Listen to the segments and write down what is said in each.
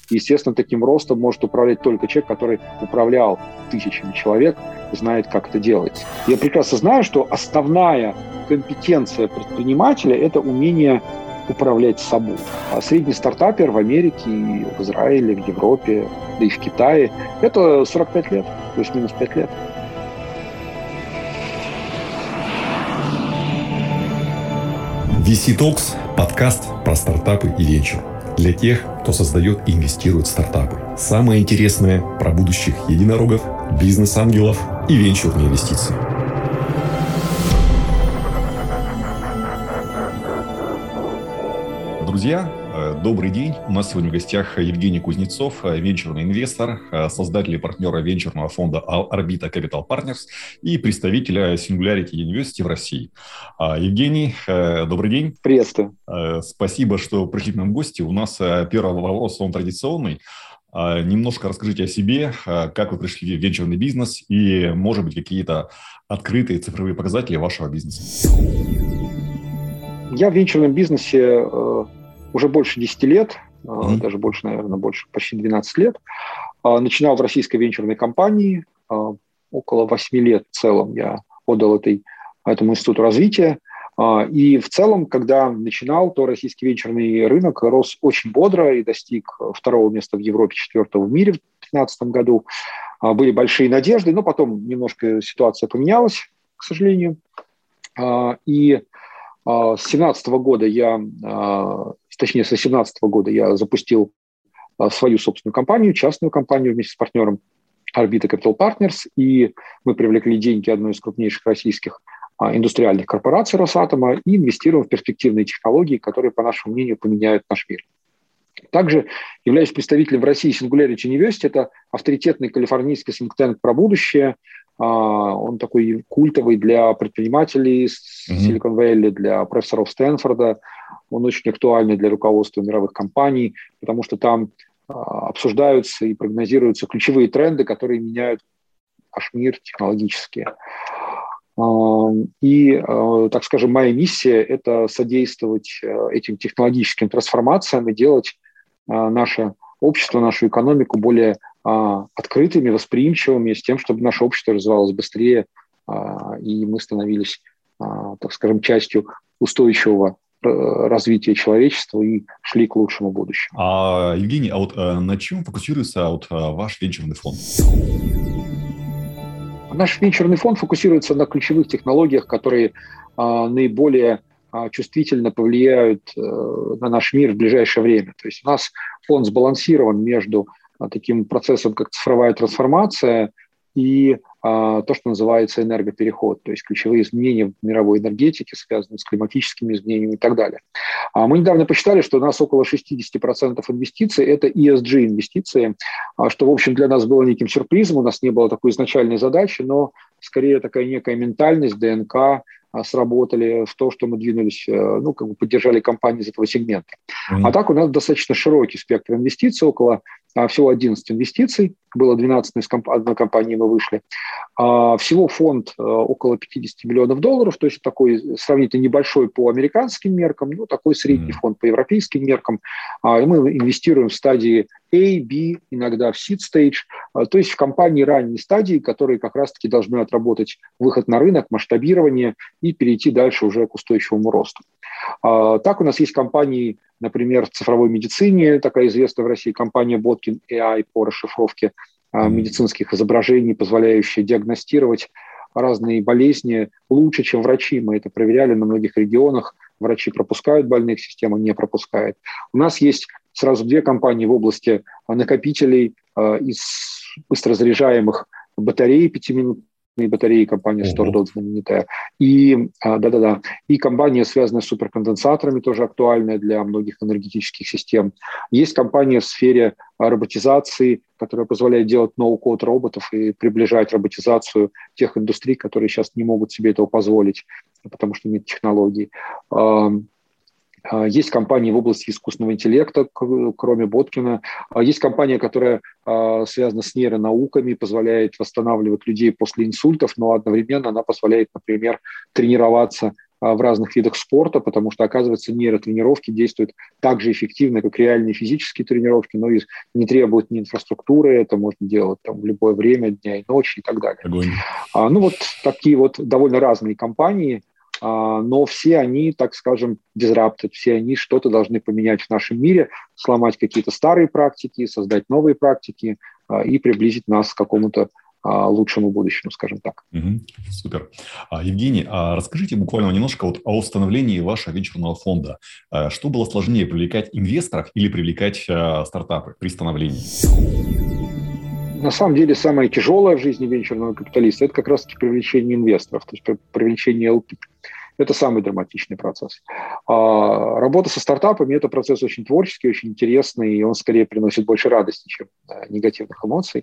И, естественно, таким ростом может управлять только человек, который управлял тысячами человек, знает, как это делается. Я прекрасно знаю, что основная компетенция предпринимателя – это умение управлять собой. А средний стартапер в Америке, в Израиле, в Европе, да и в Китае – это 45 лет, плюс-минус 5 лет. VC Talks – подкаст про стартапы и венчур. Для тех, кто создает и инвестирует в стартапы. Самое интересное про будущих единорогов, бизнес-ангелов и венчурные инвестиции. Друзья, добрый день. У нас сегодня в гостях Евгений Кузнецов, венчурный инвестор, создатель и партнер венчурного фонда Orbita Capital Partners и представитель Singularity University в России. Евгений, добрый день. Приветствую. Спасибо, что пришли к нам в гости. У нас первый вопрос, он традиционный. Немножко расскажите о себе, как вы пришли в венчурный бизнес и, может быть, какие-то открытые цифровые показатели вашего бизнеса. Я в венчурном бизнесе уже больше 10 лет, даже больше, наверное, почти 12 лет. Начинал в российской венчурной компании. Около 8 лет в целом я отдал этому институту развития. И в целом, когда начинал, то российский венчурный рынок рос очень бодро и достиг 2-го места в Европе, 4-го в мире в 2015 году. Были большие надежды, но потом немножко ситуация поменялась, к сожалению. И с 2017 года с 2018 года я запустил свою собственную компанию, частную компанию вместе с партнером Orbita Capital Partners, и мы привлекли деньги одной из крупнейших российских индустриальных корпораций Росатома и инвестируем в перспективные технологии, которые, по нашему мнению, поменяют наш мир. Также являюсь представителем в России Singularity University, это авторитетный калифорнийский think-tank про будущее. Он такой культовый для предпринимателей Silicon Valley, для профессоров Стэнфорда. Он очень актуальный для руководства мировых компаний, потому что там обсуждаются и прогнозируются ключевые тренды, которые меняют наш мир технологически. И, так скажем, моя миссия – это содействовать этим технологическим трансформациям и делать наше общество, нашу экономику более открытыми, восприимчивыми, с тем, чтобы наше общество развивалось быстрее, и мы становились, так скажем, частью устойчивого развития человечества и шли к лучшему будущему. Евгений, вот на чем фокусируется ваш венчурный фонд? Наш венчурный фонд фокусируется на ключевых технологиях, которые наиболее чувствительно повлияют на наш мир в ближайшее время. То есть у нас фонд сбалансирован между таким процессом, как цифровая трансформация и то, что называется энергопереход, то есть ключевые изменения в мировой энергетике, связанные с климатическими изменениями и так далее. Мы недавно посчитали, что у нас около 60% инвестиций – это ESG-инвестиции, что, в общем, для нас было неким сюрпризом, у нас не было такой изначальной задачи, но скорее такая некая ментальность, ДНК сработали в то, что мы двинулись, поддержали компании из этого сегмента. А так у нас достаточно широкий спектр инвестиций, около всего 11 инвестиций, было 12, из одной компании мы вышли. Всего фонд около $50 миллионов, то есть такой сравнительно небольшой по американским меркам, такой средний фонд по европейским меркам. И мы инвестируем в стадии A, B, иногда в seed stage, то есть в компании ранней стадии, которые как раз-таки должны отработать выход на рынок, масштабирование и перейти дальше уже к устойчивому росту. Так у нас есть компании, например, в цифровой медицине, такая известная в России компания Botkin AI по расшифровке медицинских изображений, позволяющая диагностировать разные болезни лучше, чем врачи. Мы это проверяли на многих регионах. Врачи пропускают больных, система не пропускает. У нас есть сразу 2 компании в области накопителей из быстрозаряжаемых батарей 5-минутных, батареи, компания StoreDot знаменитая, и компания, связанная с суперконденсаторами, тоже актуальная для многих энергетических систем. Есть компания в сфере роботизации, которая позволяет делать ноу-код роботов и приближать роботизацию тех индустрий, которые сейчас не могут себе этого позволить, потому что нет технологий. Есть компании в области искусственного интеллекта, кроме Боткина. Есть компания, которая связана с нейронауками, позволяет восстанавливать людей после инсультов, но одновременно она позволяет, например, тренироваться в разных видах спорта, потому что, оказывается, нейротренировки действуют так же эффективно, как реальные физические тренировки, но и не требуют ни инфраструктуры, это можно делать там в любое время дня и ночи и так далее. Огонь. Ну вот такие вот довольно разные компании, но все они, так скажем, disrupted, все они что-то должны поменять в нашем мире, сломать какие-то старые практики, создать новые практики и приблизить нас к какому-то лучшему будущему, скажем так. Супер. Евгений, расскажите буквально немножко вот о установлении вашего венчурного фонда. Что было сложнее, привлекать инвесторов или привлекать стартапы при становлении? На самом деле самое тяжелое в жизни венчурного капиталиста – это как раз-таки привлечение инвесторов, то есть привлечение LP. Это самый драматичный процесс. Работа со стартапами – это процесс очень творческий, очень интересный, и он скорее приносит больше радости, чем негативных эмоций.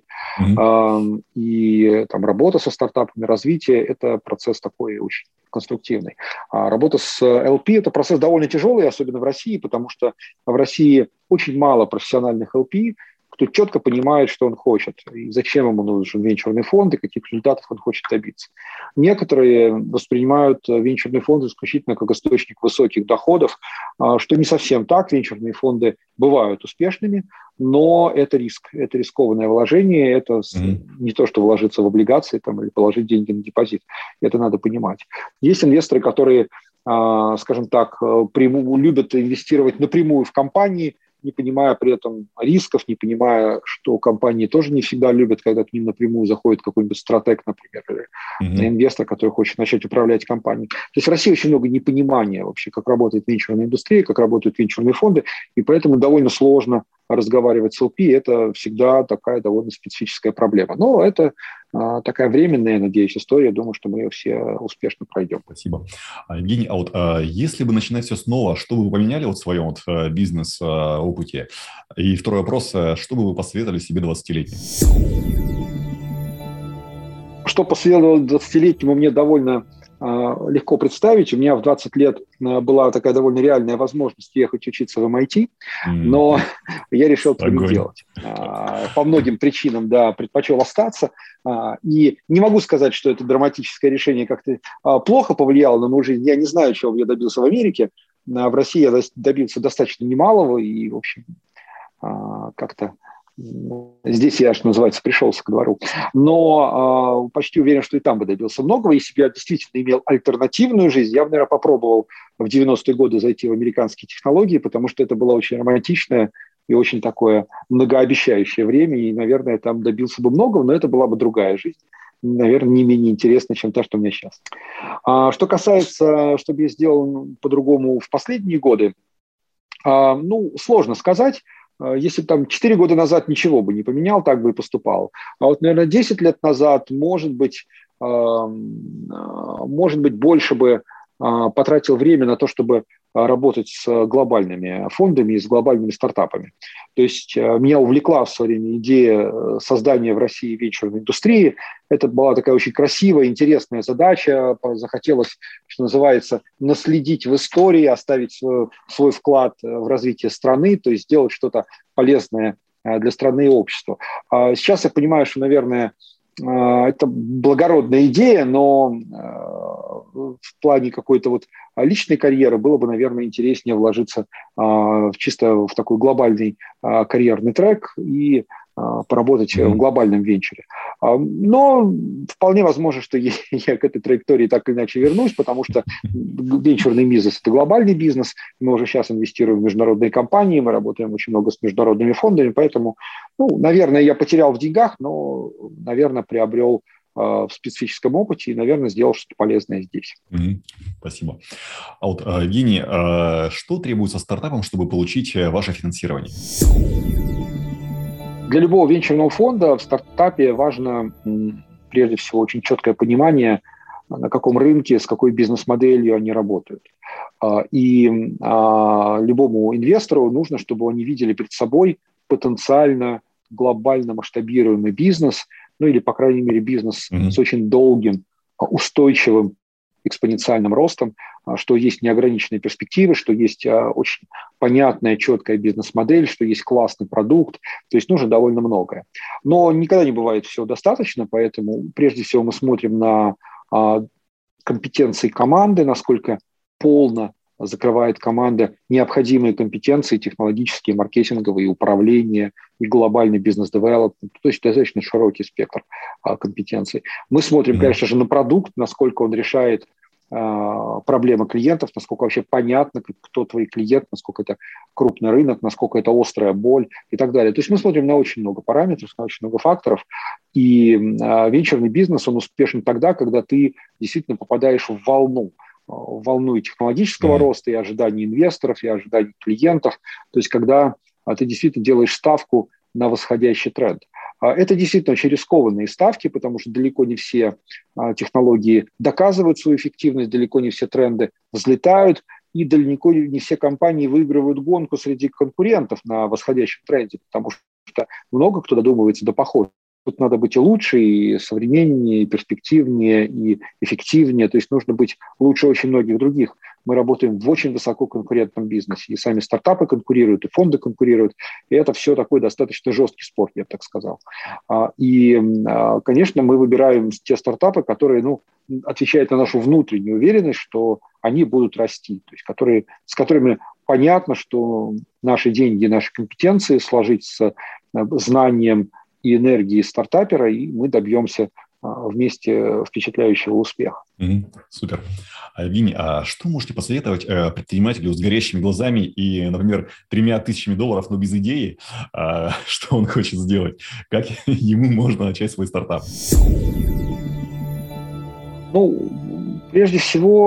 И там, работа со стартапами, развитие – это процесс такой очень конструктивный. Работа с LP – это процесс довольно тяжелый, особенно в России, потому что в России очень мало профессиональных LP, кто четко понимает, что он хочет, и зачем ему нужен венчурный фонд, и каких результатов он хочет добиться. Некоторые воспринимают венчурный фонд исключительно как источник высоких доходов, что не совсем так. Венчурные фонды бывают успешными, но это риск, это рискованное вложение, это не то, что вложиться в облигации там, или положить деньги на депозит. Это надо понимать. Есть инвесторы, которые, скажем так, любят инвестировать напрямую в компании, не понимая при этом рисков, не понимая, что компании тоже не всегда любят, когда к ним напрямую заходит какой-нибудь стратег, например, или инвестор, который хочет начать управлять компанией. То есть в России очень много непонимания вообще, как работает венчурная индустрия, как работают венчурные фонды, и поэтому довольно сложно разговаривать с LP. Это всегда такая довольно специфическая проблема. Но это такая временная, я надеюсь, история. Думаю, что мы ее все успешно пройдем. Спасибо. Евгений, если бы начинать все снова, что бы вы поменяли в своем бизнес-опыте? И второй вопрос, что бы вы посоветовали себе 20-летним? Что посоветовал 20-летнему, мне довольно легко представить. У меня в 20 лет была такая довольно реальная возможность ехать учиться в MIT, но я решил этого не делать. По многим причинам, да, предпочел остаться. И не могу сказать, что это драматическое решение как-то плохо повлияло на мою жизнь. Я не знаю, чего я добился в Америке. В России я добился достаточно немалого и, в общем, как-то здесь я, что называется, пришелся ко двору. Но почти уверен, что и там бы добился многого. Если бы я действительно имел альтернативную жизнь, я бы, наверное, попробовал в 90-е годы зайти в американские технологии, потому что это было очень романтичное и очень такое многообещающее время, и, наверное, там добился бы многого, но это была бы другая жизнь. Наверное, не менее интересная, чем та, что у меня сейчас. Что касается, что бы я сделал по-другому в последние годы, сложно сказать. Если бы там 4 года назад ничего бы не поменял, так бы и поступал. А вот, наверное, 10 лет назад, может быть, больше бы потратил время на то, чтобы работать с глобальными фондами и с глобальными стартапами. То есть меня увлекла в свое время идея создания в России венчурной индустрии. Это была такая очень красивая, интересная задача. Захотелось, что называется, наследить в истории, оставить свой вклад в развитие страны, то есть сделать что-то полезное для страны и общества. Сейчас я понимаю, что, наверное, это благородная идея, но в плане какой-то вот личной карьеры было бы, наверное, интереснее вложиться чисто в такой глобальный карьерный трек и поработать в глобальном венчуре. Но вполне возможно, что я к этой траектории так или иначе вернусь, потому что венчурный бизнес – это глобальный бизнес. Мы уже сейчас инвестируем в международные компании, мы работаем очень много с международными фондами, поэтому, наверное, я потерял в деньгах, но, наверное, приобрел в специфическом опыте и, наверное, сделал что-то полезное здесь. Спасибо. Евгений, что требуется стартапам, чтобы получить ваше финансирование? Для любого венчурного фонда в стартапе важно, прежде всего, очень четкое понимание, на каком рынке, с какой бизнес-моделью они работают. И любому инвестору нужно, чтобы они видели перед собой потенциально глобально масштабируемый бизнес, или, по крайней мере, бизнес с очень долгим, устойчивым экспоненциальным ростом, что есть неограниченные перспективы, что есть очень понятная, четкая бизнес-модель, что есть классный продукт, то есть нужно довольно многое. Но никогда не бывает всего достаточно, поэтому прежде всего мы смотрим на компетенции команды, насколько полно закрывает команда необходимые компетенции технологические, маркетинговые, управление и глобальный бизнес-девелопмент. То есть достаточно широкий спектр компетенций. Мы смотрим, конечно же, на продукт, насколько он решает проблемы клиентов, насколько вообще понятно, кто твой клиент, насколько это крупный рынок, насколько это острая боль и так далее. То есть мы смотрим на очень много параметров, на очень много факторов. И венчурный бизнес, он успешен тогда, когда ты действительно попадаешь в волну и технологического роста, и ожиданий инвесторов, и ожиданий клиентов. То есть когда ты действительно делаешь ставку на восходящий тренд. Это действительно очень рискованные ставки, потому что далеко не все технологии доказывают свою эффективность, далеко не все тренды взлетают, и далеко не все компании выигрывают гонку среди конкурентов на восходящем тренде, потому что много кто додумывается до похода. Тут надо быть и лучше, и современнее, и перспективнее, и эффективнее. То есть нужно быть лучше очень многих других. Мы работаем в очень высококонкурентном бизнесе. И сами стартапы конкурируют, и фонды конкурируют. И это все такой достаточно жесткий спорт, я бы так сказал. И, конечно, мы выбираем те стартапы, которые отвечают на нашу внутреннюю уверенность, что они будут расти. То есть с которыми понятно, что наши деньги, наши компетенции сложить с знанием и энергии стартапера, и мы добьемся вместе впечатляющего успеха. Супер. Евгений, а что можете посоветовать предпринимателю с горящими глазами и, например, $3000, но без идеи, что он хочет сделать? Как ему можно начать свой стартап? Прежде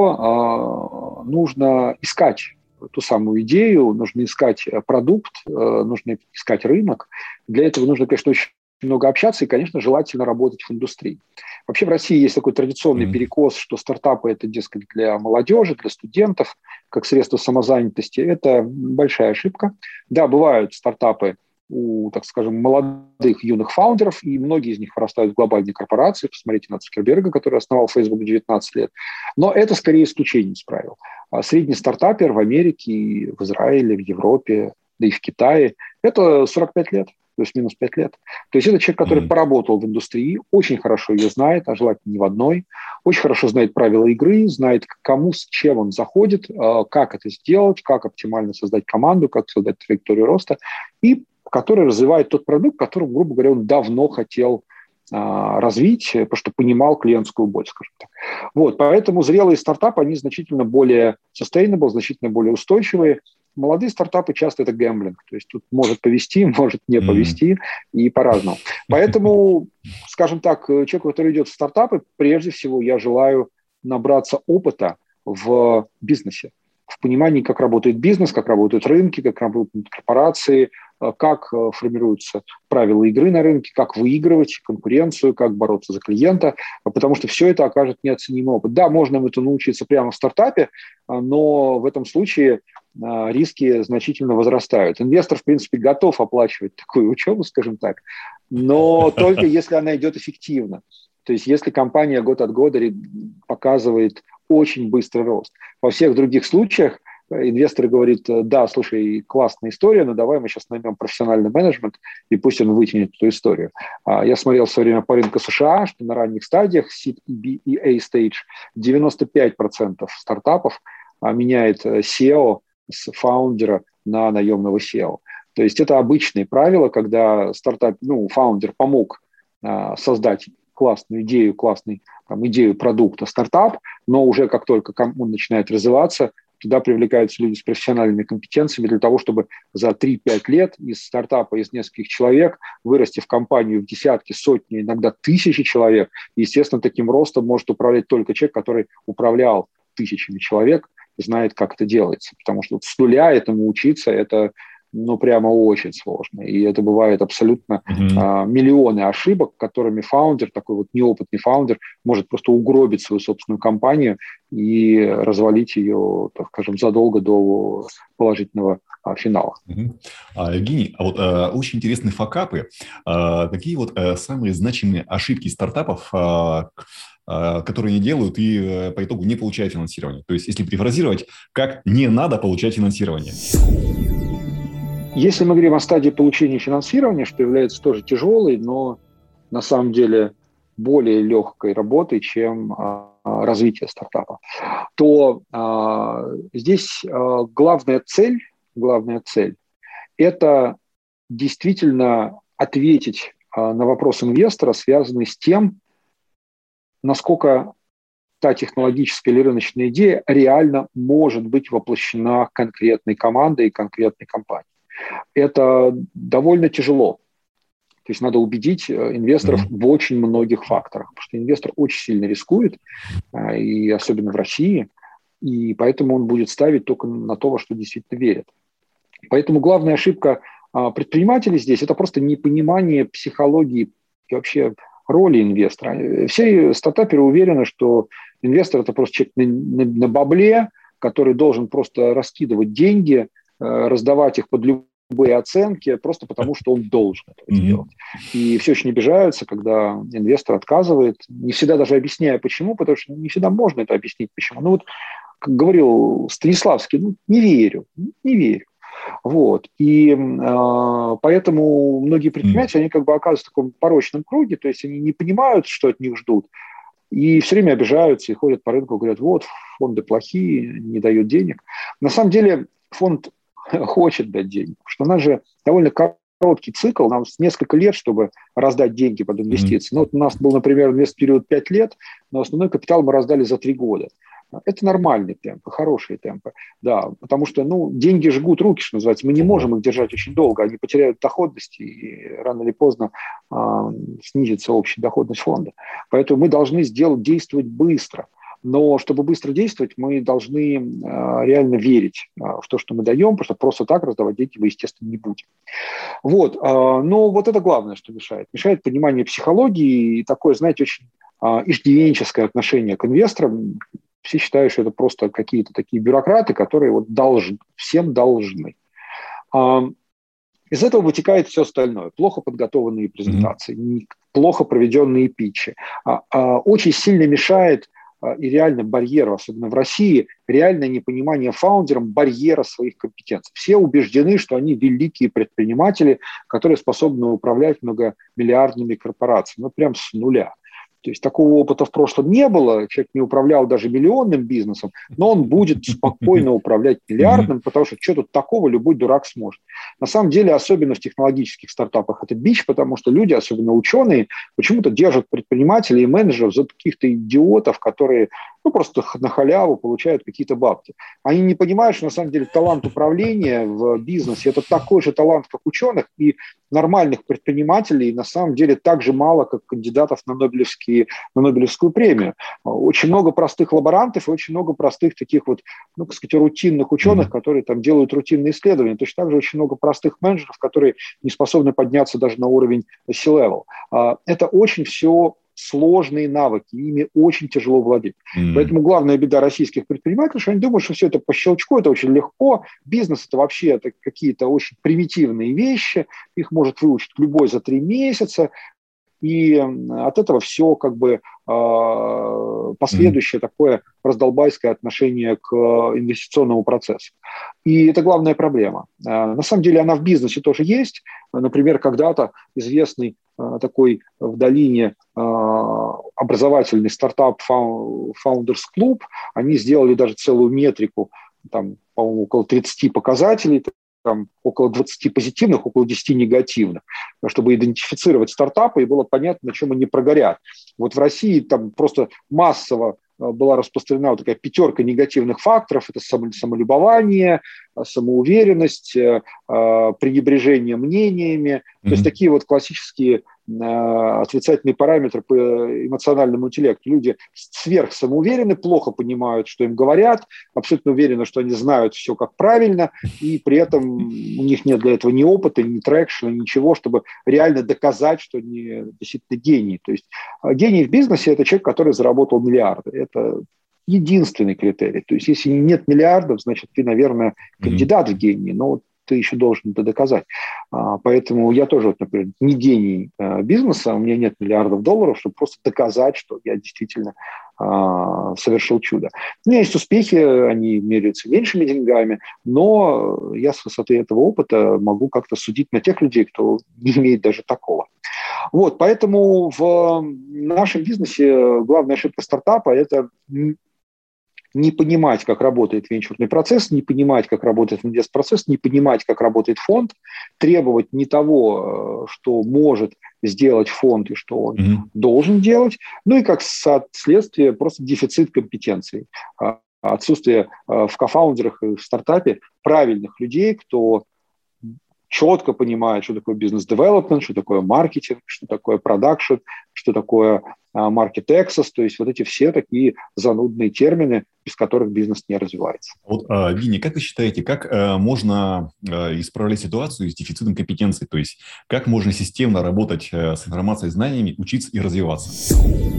всего, нужно искать ту самую идею, нужно искать продукт, нужно искать рынок. Для этого нужно, конечно, очень много общаться и, конечно, желательно работать в индустрии. Вообще в России есть такой традиционный перекос, что стартапы – это, дескать, для молодежи, для студентов, как средство самозанятости. Это большая ошибка. Да, бывают стартапы у, так скажем, молодых, юных фаундеров, и многие из них вырастают в глобальные корпорации. Посмотрите на Цукерберга, который основал Facebook в 19 лет. Но это скорее исключение из правил. Средний стартапер в Америке, в Израиле, в Европе, да и в Китае – это 45 лет. Плюс-минус 5 лет. То есть это человек, который поработал в индустрии, очень хорошо ее знает, а желательно не в одной, очень хорошо знает правила игры, знает, кому, с чем он заходит, как это сделать, как оптимально создать команду, как создать траекторию роста, и который развивает тот продукт, который, грубо говоря, он давно хотел развить, потому что понимал клиентскую боль, скажем так. Поэтому зрелые стартапы, они значительно более sustainable, значительно более устойчивые. Молодые стартапы часто это гэмблинг, то есть тут может повести, может не повести, и по-разному. Поэтому, скажем так, человеку, который идет в стартапы, прежде всего я желаю набраться опыта в бизнесе, в понимании, как работает бизнес, как работают рынки, как работают корпорации, как формируются правила игры на рынке, как выигрывать конкуренцию, как бороться за клиента, потому что все это окажет неоценимый опыт. Да, можно этому научиться прямо в стартапе, но в этом случае риски значительно возрастают. Инвестор, в принципе, готов оплачивать такую учебу, скажем так, но только если она идет эффективно. То есть если компания год от года показывает очень быстрый рост. Во всех других случаях инвестор говорит: да, слушай, классная история, но давай мы сейчас наймем профессиональный менеджмент, и пусть он вытянет эту историю. Я смотрел в свое время по рынку США, что на ранних стадиях, Seed, B и A stage, 95% стартапов меняет SEO с фаундера на наемного SEO. То есть это обычные правила, когда фаундер помог создать классную идею, идею продукта, стартап, но уже как только он начинает развиваться, туда привлекаются люди с профессиональными компетенциями для того, чтобы за 3-5 лет из стартапа, из нескольких человек вырасти в компанию в десятки, сотни, иногда тысячи человек. И, естественно, таким ростом может управлять только человек, который управлял тысячами человек, знает, как это делается. Потому что с нуля этому учиться – это прямо очень сложно. И это бывает абсолютно миллионы ошибок, которыми фаундер, такой неопытный фаундер, может просто угробить свою собственную компанию и развалить ее, так скажем, задолго до положительного финала. Евгений, очень интересные факапы. Какие самые значимые ошибки стартапов, которые они делают и по итогу не получают финансирование? То есть, если перефразировать, как не надо получать финансирование? Если мы говорим о стадии получения финансирования, что является тоже тяжелой, но на самом деле более легкой работой, чем развитие стартапа, то здесь главная цель – это действительно ответить на вопрос инвестора, связанный с тем, насколько та технологическая или рыночная идея реально может быть воплощена конкретной командой и конкретной компанией. Это довольно тяжело. То есть надо убедить инвесторов в очень многих факторах, потому что инвестор очень сильно рискует, и особенно в России, и поэтому он будет ставить только на то, во что действительно верит. Поэтому главная ошибка предпринимателей здесь – это просто непонимание психологии и вообще роли инвестора. Все стартаперы уверены, что инвестор – это просто человек на бабле, который должен просто раскидывать деньги, раздавать их под любые оценки, просто потому что он должен это делать. И все очень обижаются, когда инвестор отказывает, не всегда даже объясняя почему, потому что не всегда можно это объяснить почему. Ну вот, как говорил Станиславский, не верю. Вот. И поэтому многие предприниматели, они как бы оказываются в таком порочном круге, то есть они не понимают, что от них ждут, и все время обижаются и ходят по рынку, говорят, вот, фонды плохие, не дают денег. На самом деле фонд хочет дать денег, потому что у нас же довольно короткий цикл, нам несколько лет, чтобы раздать деньги под инвестиции. Ну, вот у нас был, например, инвест-период 5 лет, но основной капитал мы раздали за 3 года. Это нормальные темпы, хорошие темпы, да, потому что, деньги жгут руки, что называется, мы не можем их держать очень долго, они потеряют доходность, и рано или поздно снизится общая доходность фонда. Поэтому мы должны действовать быстро. Но чтобы быстро действовать, мы должны реально верить в то, что мы даем, потому что просто так раздавать деньги мы, естественно, не будем. Вот. Но вот это главное, что мешает. Мешает понимание психологии и такое, знаете, очень иждивенческое отношение к инвесторам. Все считают, что это просто какие-то такие бюрократы, которые вот всем должны. Из этого вытекает все остальное. Плохо подготовленные презентации, плохо проведенные питчи. Очень сильно мешает и реально барьер, особенно в России, реальное непонимание фаундерам барьера своих компетенций. Все убеждены, что они великие предприниматели, которые способны управлять многомиллиардными корпорациями, прям с нуля. То есть такого опыта в прошлом не было, человек не управлял даже миллионным бизнесом, но он будет спокойно управлять миллиардным, потому что что тут такого любой дурак сможет. На самом деле, особенно в технологических стартапах, это бич, потому что люди, особенно ученые, почему-то держат предпринимателей и менеджеров за каких-то идиотов, которые просто на халяву получают какие-то бабки. Они не понимают, что на самом деле талант управления в бизнесе – это такой же талант, как ученых, и нормальных предпринимателей на самом деле так же мало, как кандидатов на Нобелевскую премию. Очень много простых лаборантов и очень много простых таких вот, так сказать, рутинных ученых, которые там делают рутинные исследования. Точно так же очень много простых менеджеров, которые не способны подняться даже на уровень C-level. Это очень все сложные навыки, ими очень тяжело владеть. Поэтому главная беда российских предпринимателей, что они думают, что все это по щелчку, это очень легко. Бизнес – это вообще какие-то очень примитивные вещи, их может выучить любой за 3 месяца. И от этого все как бы последующее такое раздолбайское отношение к инвестиционному процессу. И это главная проблема. На самом деле она в бизнесе тоже есть. Например, когда-то известный такой в долине образовательный стартап Founders Club, они сделали даже целую метрику, там, по-моему, около 30 показателей, там, около 20 позитивных, около 10 негативных, чтобы идентифицировать стартапы, и было понятно, на чем они прогорят. Вот в России там просто массово была распространена вот такая 5 негативных факторов. Это самолюбование, самоуверенность, пренебрежение мнениями. То есть такие вот классические отрицательные параметры по эмоциональному интеллекту. Люди сверхсамоуверены, плохо понимают, что им говорят, абсолютно уверены, что они знают все как правильно, и при этом у них нет для этого ни опыта, ни трекшена, ничего, чтобы реально доказать, что они действительно гении. То есть гений в бизнесе – это человек, который заработал миллиарды. Это единственный критерий. То есть если нет миллиардов, значит, ты, наверное, кандидат в гении, но ты еще должен это доказать. Поэтому я тоже, например, не гений бизнеса, у меня нет миллиардов долларов, чтобы просто доказать, что я действительно совершил чудо. У меня есть успехи, они меряются меньшими деньгами, но я с высоты этого опыта могу как-то судить на тех людей, кто не имеет даже такого. Вот, поэтому в нашем бизнесе главная ошибка стартапа – это не понимать, как работает венчурный процесс, не понимать, как работает инвест-процесс, не понимать, как работает фонд, требовать не того, что может сделать фонд и что он должен делать, ну и как следствие просто дефицит компетенций, отсутствие в кофаундерах и в стартапе правильных людей, кто четко понимает, что такое бизнес-девелопмент, что такое маркетинг, что такое продакшн, что такое market access, то есть вот эти все такие занудные термины, без которых бизнес не развивается. Вот, Винни, как вы считаете, как можно исправлять ситуацию с дефицитом компетенций? То есть как можно системно работать с информацией, знаниями, учиться и развиваться?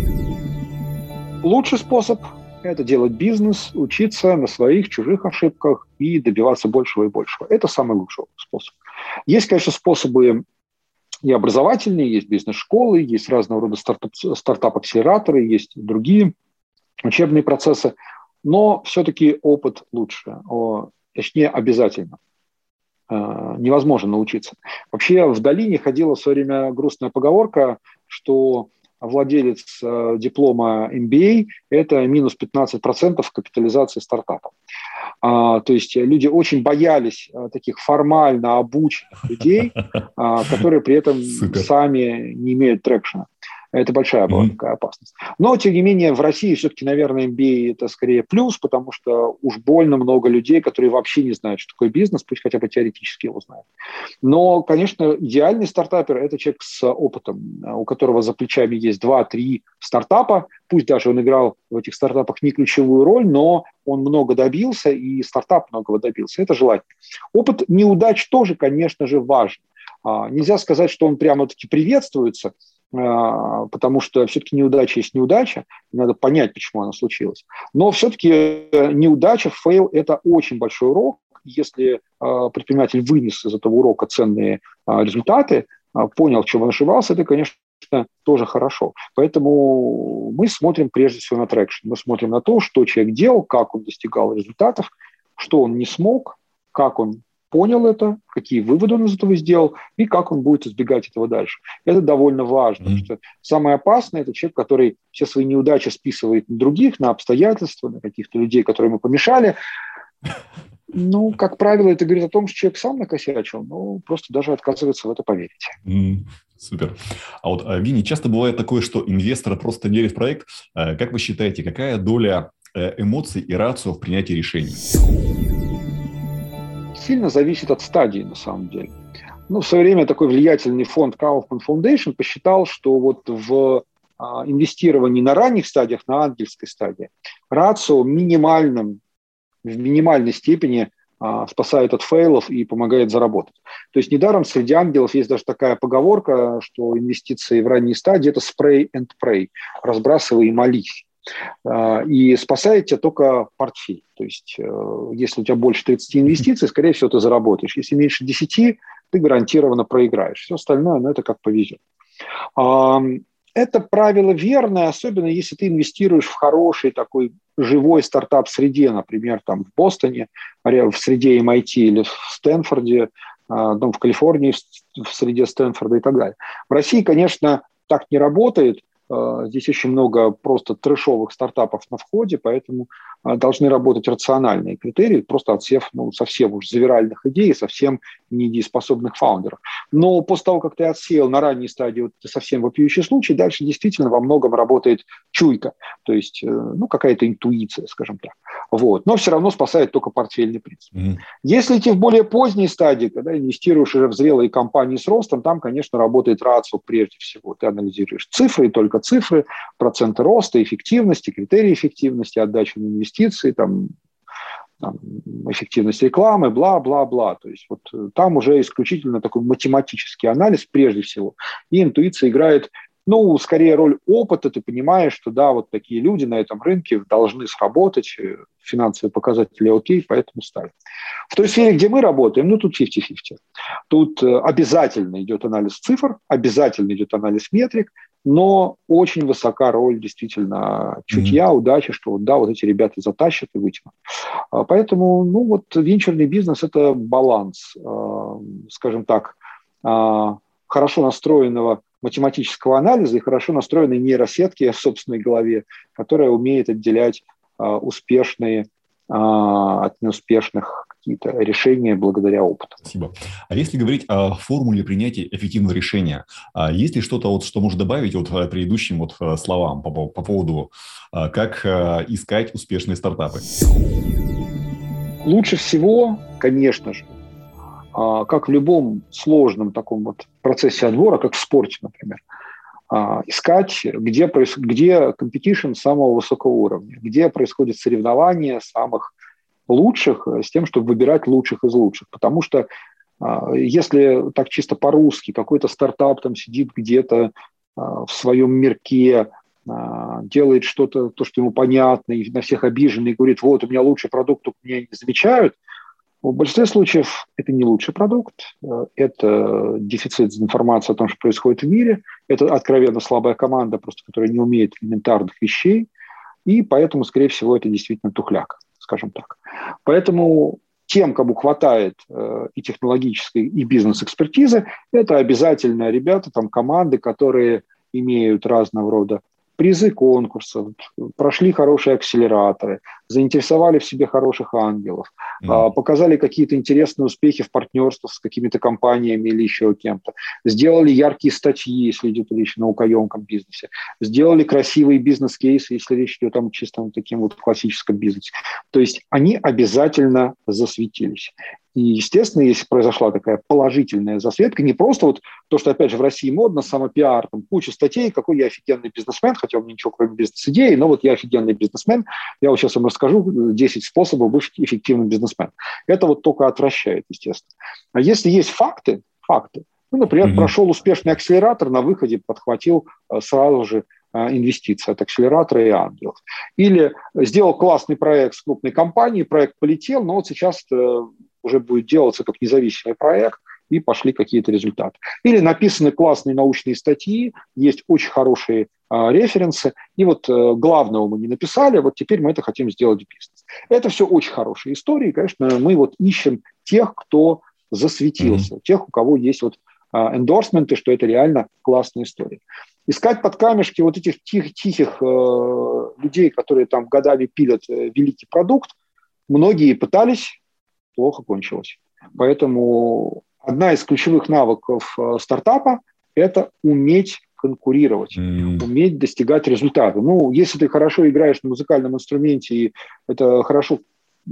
Лучший способ – это делать бизнес, учиться на своих, чужих ошибках и добиваться большего и большего. Это самый лучший способ. Есть, конечно, способы и образовательные, есть бизнес-школы, есть разного рода стартап-акселераторы, есть другие учебные процессы, но все-таки опыт лучше, точнее, обязательно. Невозможно научиться. Вообще в долине ходила в свое время грустная поговорка, что владелец диплома MBA – это минус 15% капитализации стартапа. То есть люди очень боялись таких формально обученных людей, которые при этом сами не имеют трекшена. Это большая была такая опасность. Но, тем не менее, в России все-таки, наверное, MBA – это скорее плюс, потому что уж больно много людей, которые вообще не знают, что такое бизнес, пусть хотя бы теоретически его знают. Но, конечно, идеальный стартапер – это человек с опытом, у которого за плечами есть 2-3 стартапа, пусть даже он играл в этих стартапах не ключевую роль, но он много добился, и стартап многого добился. Это желательно. Опыт неудач тоже, конечно же, важен. Нельзя сказать, что он прямо-таки приветствуется, потому что все-таки неудача есть неудача, надо понять, почему она случилась. Но все-таки неудача, фейл – это очень большой урок. Если предприниматель вынес из этого урока ценные результаты, понял, в чем он ошибался, это, конечно, тоже хорошо. Поэтому мы смотрим прежде всего на трекшн. Мы смотрим на то, что человек делал, как он достигал результатов, что он не смог, как он понял это, какие выводы он из этого сделал и как он будет избегать этого дальше. Это довольно важно. Потому что самое опасное – это человек, который все свои неудачи списывает на других, на обстоятельства, на каких-то людей, которые ему помешали. Ну, как правило, это говорит о том, что человек сам накосячил, но просто даже отказывается в это поверить. Супер. А вот, Винни, часто бывает такое, что инвесторы просто верят в проект. Как вы считаете, какая доля эмоций и рацио в принятии решений? Сильно зависит от стадии, на самом деле. В свое время такой влиятельный фонд Kaufman Foundation посчитал, что вот в инвестировании на ранних стадиях, на ангельской стадии, рацио в минимальной степени спасает от фейлов и помогает заработать. То есть недаром среди ангелов есть даже такая поговорка, что инвестиции в ранней стадии – это spray and pray, разбрасывай и молись. И спасает тебя только портфель. То есть если у тебя больше 30 инвестиций, скорее всего, ты заработаешь. Если меньше 10, ты гарантированно проиграешь. Все остальное, это как повезет. Это правило верное, особенно если ты инвестируешь в хороший такой живой стартап-среде, например, там в Бостоне, в среде MIT или в Стэнфорде, в Калифорнии в среде Стэнфорда и так далее. В России, конечно, так не работает. Здесь очень много просто трэшовых стартапов на входе, поэтому должны работать рациональные критерии, просто отсев совсем уж завиральных идей, совсем недееспособных фаундеров. Но после того, как ты отсеял на ранней стадии, вот это совсем вопиющий случай, дальше действительно во многом работает чуйка, то есть какая-то интуиция, скажем так. Вот. Но все равно спасает только портфельный принцип. Если идти в более поздней стадии, когда инвестируешь уже в зрелые компании с ростом, там, конечно, работает рацио прежде всего. Ты анализируешь цифры, и только цифры, проценты роста, эффективности, критерии эффективности, отдачи на инвестиции, эффективность рекламы, бла-бла-бла. То есть вот там уже исключительно такой математический анализ прежде всего. И интуиция играет, скорее роль опыта. Ты понимаешь, что да, вот такие люди на этом рынке должны сработать, финансовые показатели окей, поэтому ставим. В той сфере, где мы работаем, тут 50-50. Тут обязательно идет анализ цифр, обязательно идет анализ метрик, но очень высока роль действительно чутья, удачи, что вот эти ребята затащат и вытянут. Поэтому, венчурный бизнес – это баланс, скажем так, хорошо настроенного математического анализа и хорошо настроенной нейросетки в собственной голове, которая умеет отделять успешные от неуспешных какие-то решения благодаря опыту. Спасибо. А если говорить о формуле принятия эффективного решения, есть ли что-то, что можно добавить предыдущим словам по поводу, как искать успешные стартапы? Лучше всего, конечно же, как в любом сложном таком процессе отбора, как в спорте, например, искать, где competition самого высокого уровня, где происходит соревнование самых лучших с тем, чтобы выбирать лучших из лучших. Потому что если так чисто по-русски какой-то стартап там сидит где-то в своем мирке, делает что-то, то, что ему понятно, и на всех обижен, и говорит, вот, у меня лучший продукт, только меня не замечают, в большинстве случаев это не лучший продукт, это дефицит информации о том, что происходит в мире, это откровенно слабая команда, просто которая не умеет элементарных вещей, и поэтому, скорее всего, это действительно тухляк, скажем так. Поэтому тем, кому хватает и технологической, и бизнес-экспертизы, это обязательно ребята, там, команды, которые имеют разного рода призы конкурсов, прошли хорошие акселераторы, заинтересовали в себе хороших ангелов, показали какие-то интересные успехи в партнерствах с какими-то компаниями или еще кем-то, сделали яркие статьи, если идет речь о наукоемком бизнесе, сделали красивые бизнес-кейсы, если речь идет о чистом таким классическом бизнесе. То есть они обязательно засветились. И, естественно, если произошла такая положительная засветка, не просто то, что, опять же, в России модно, самопиар, там куча статей, какой я офигенный бизнесмен, хотя у меня ничего кроме бизнес-идеи, но я офигенный бизнесмен, я сейчас вам расскажу 10 способов быть эффективным бизнесменом. Это только отвращает, естественно. А если есть факты, например, прошел успешный акселератор, на выходе подхватил сразу же инвестиции от акселератора и ангелов. Или сделал классный проект с крупной компанией, проект полетел, но сейчас уже будет делаться как независимый проект, и пошли какие-то результаты. Или написаны классные научные статьи, есть очень хорошие референсы, и главного мы не написали, теперь мы это хотим сделать в бизнес. Это все очень хорошие истории, конечно, мы ищем тех, кто засветился, тех, у кого есть эндорсменты, что это реально классная история. Искать под камешки этих тихих людей, которые там годами пилят великий продукт, многие пытались, плохо кончилось. Поэтому одна из ключевых навыков стартапа – это уметь конкурировать, уметь достигать результата. Если ты хорошо играешь на музыкальном инструменте, и это хорошо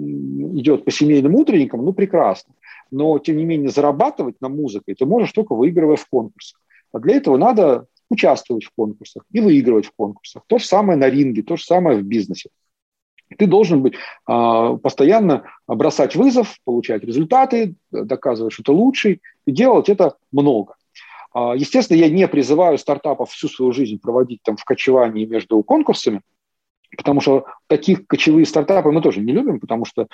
идет по семейным утренникам, прекрасно. Но, тем не менее, зарабатывать на музыке ты можешь только выигрывая в конкурсах. А для этого надо участвовать в конкурсах и выигрывать в конкурсах. То же самое на ринге, то же самое в бизнесе. Ты должен быть постоянно бросать вызов, получать результаты, доказывать, что ты лучший, и делать это много. Естественно, я не призываю стартапов всю свою жизнь проводить в кочевании между конкурсами, потому что таких кочевые стартапы мы тоже не любим, потому что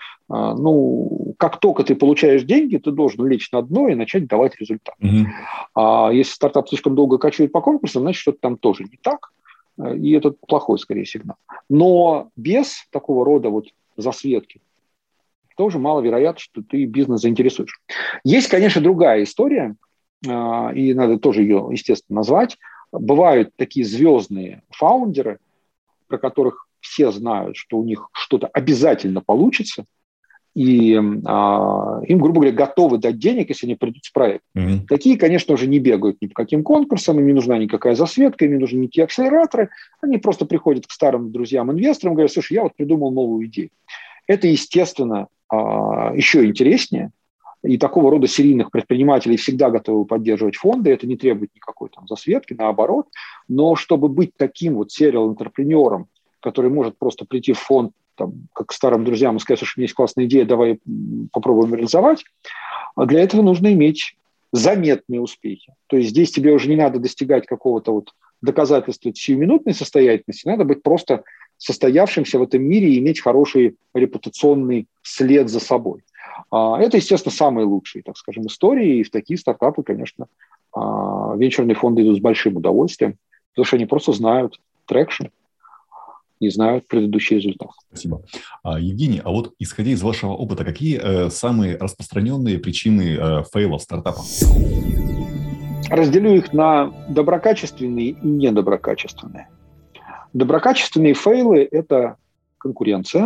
как только ты получаешь деньги, ты должен лечь на дно и начать давать результат. А если стартап слишком долго кочует по конкурсам, значит, что-то там тоже не так. И это плохой, скорее, сигнал. Но без такого рода засветки тоже маловероятно, что ты бизнес заинтересуешь. Есть, конечно, другая история, и надо тоже ее, естественно, назвать. Бывают такие звездные фаундеры, про которых все знают, что у них что-то обязательно получится, и им, грубо говоря, готовы дать денег, если они придут с проектом. Такие, конечно, уже не бегают ни по каким конкурсам, им не нужна никакая засветка, им не нужны никакие акселераторы, они просто приходят к старым друзьям-инвесторам и говорят, слушай, я придумал новую идею. Это, естественно, еще интереснее, и такого рода серийных предпринимателей всегда готовы поддерживать фонды, это не требует никакой засветки, наоборот, но чтобы быть таким serial-интерпренером, который может просто прийти в фонд, как к старым друзьям и сказать, что у меня есть классная идея, давай попробуем реализовать. А для этого нужно иметь заметные успехи. То есть здесь тебе уже не надо достигать какого-то доказательства сиюминутной состоятельности, надо быть просто состоявшимся в этом мире и иметь хороший репутационный след за собой. Это, естественно, самые лучшие, так скажем, истории, и в такие стартапы, конечно, венчурные фонды идут с большим удовольствием, потому что они просто знают трекшн, не знают предыдущий результат. Спасибо. Евгений, исходя из вашего опыта, какие самые распространенные причины фейлов стартапов? разделю их на доброкачественные и недоброкачественные. Доброкачественные фейлы – это конкуренция,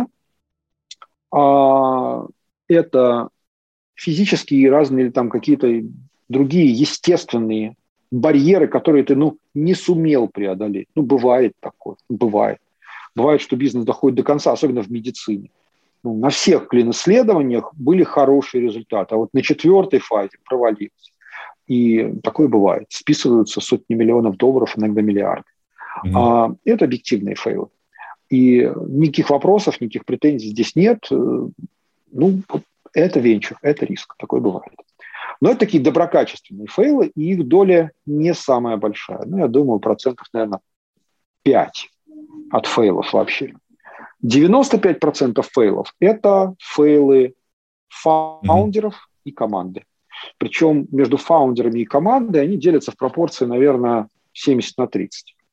это физические разные там какие-то другие естественные барьеры, которые ты не сумел преодолеть. Бывает такое, бывает. Бывает, что бизнес доходит до конца, особенно в медицине. На всех клин-исследованиях были хорошие результаты, а вот на 4-й фазе провалился. И такое бывает. Списываются сотни миллионов долларов, иногда миллиарды. Это объективные фейлы. И никаких вопросов, никаких претензий здесь нет. Это венчур, это риск. Такое бывает. Но это такие доброкачественные фейлы, и их доля не самая большая. Я думаю, процентов, наверное, 5 от фейлов вообще. 95% фейлов – это фейлы фаундеров и команды. Причем между фаундерами и командой они делятся в пропорции, наверное, 70/30.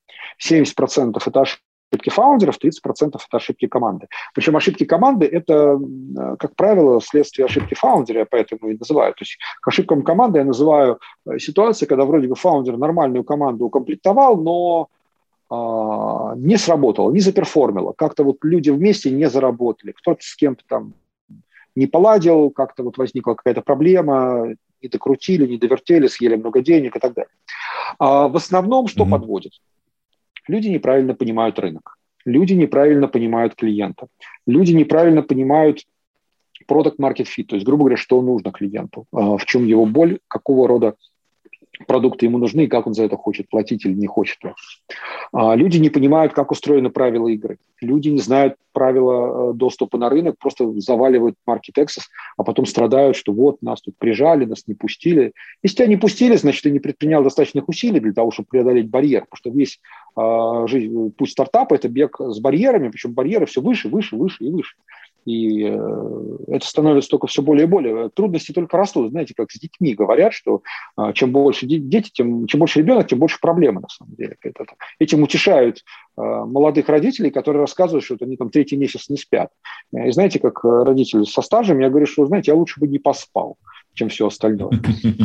70% – это ошибки фаундеров, 30% – это ошибки команды. Причем ошибки команды – это, как правило, следствие ошибки фаундера, я поэтому и называю. То есть к ошибкам команды я называю ситуацию, когда вроде бы фаундер нормальную команду укомплектовал, но не сработало, не заперформило. Как-то люди вместе не заработали. Кто-то с кем-то там не поладил, как-то возникла какая-то проблема, не докрутили, не довертели, съели много денег и так далее. В основном что подводит? Люди неправильно понимают рынок. Люди неправильно понимают клиента. Люди неправильно понимают product market fit, то есть, грубо говоря, что нужно клиенту, в чем его боль, какого рода продукты ему нужны и как он за это хочет платить или не хочет платить. Люди не понимают, как устроены правила игры. Люди не знают правила доступа на рынок, просто заваливают market access, а потом страдают, что нас тут прижали, нас не пустили. Если тебя не пустили, значит, ты не предпринял достаточных усилий для того, чтобы преодолеть барьер, потому что весь путь стартапа – это бег с барьерами, причем барьеры все выше, выше, выше и выше. И это становится только все более и более. Трудности только растут. Знаете, как с детьми говорят, что чем больше дети, чем больше ребенок, тем больше проблемы на самом деле. Этим утешают молодых родителей, которые рассказывают, что они там 3-й месяц не спят. И знаете, как родители со стажем, я говорю, что, знаете, я лучше бы не поспал, чем все остальное.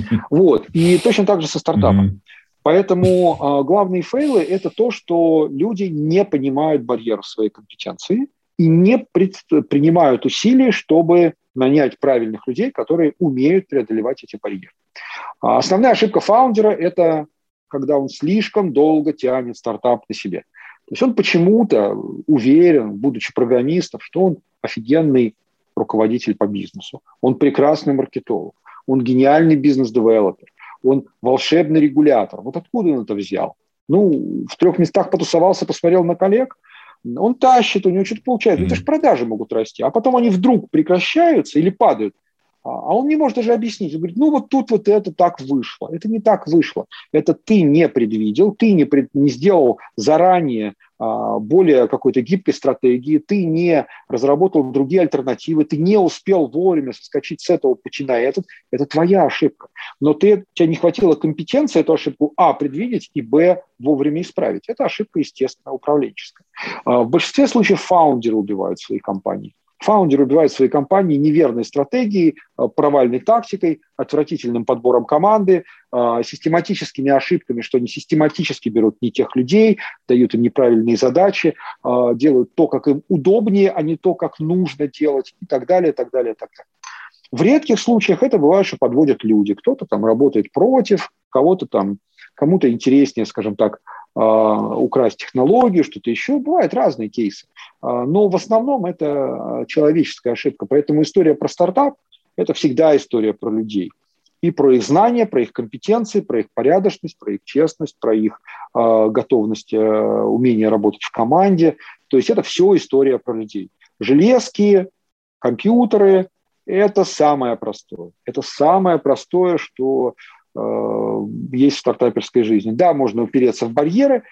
И точно так же со стартапом. Поэтому главные фейлы – это то, что люди не понимают барьеров своей компетенции, и не принимают усилий, чтобы нанять правильных людей, которые умеют преодолевать эти барьеры. Основная ошибка фаундера – это когда он слишком долго тянет стартап на себе. То есть он почему-то уверен, будучи программистом, что он офигенный руководитель по бизнесу, он прекрасный маркетолог, он гениальный бизнес-девелопер, он волшебный регулятор. Откуда он это взял? В 3 местах потусовался, посмотрел на коллег – он тащит, у него что-то получается. Это же продажи могут расти. А потом они вдруг прекращаются или падают. А он не может даже объяснить. Он говорит, тут это так вышло. Это не так вышло. Это ты не предвидел, ты не сделал заранее более какой-то гибкой стратегии, ты не разработал другие альтернативы, ты не успел вовремя соскочить с этого пути на этот. Это твоя ошибка. Но тебе не хватило компетенции эту ошибку предвидеть и вовремя исправить. Это ошибка, естественно, управленческая. В большинстве случаев фаундеры убивают свои компании. Фаундеры убивают свои компании неверной стратегией, провальной тактикой, отвратительным подбором команды, систематическими ошибками, что они систематически берут не тех людей, дают им неправильные задачи, делают то, как им удобнее, а не то, как нужно делать и так далее, и так далее, и так далее. В редких случаях это бывает, что подводят люди. Кто-то там работает против, кому-то интереснее, скажем так, украсть технологию, что-то еще. Бывают разные кейсы. Но в основном это человеческая ошибка. Поэтому история про стартап – это всегда история про людей. И про их знания, про их компетенции, про их порядочность, про их честность, про их готовность, умение работать в команде. То есть это все история про людей. Железки, компьютеры – это самое простое. Это самое простое, что есть в стартаперской жизни. Да, можно упереться в барьеры,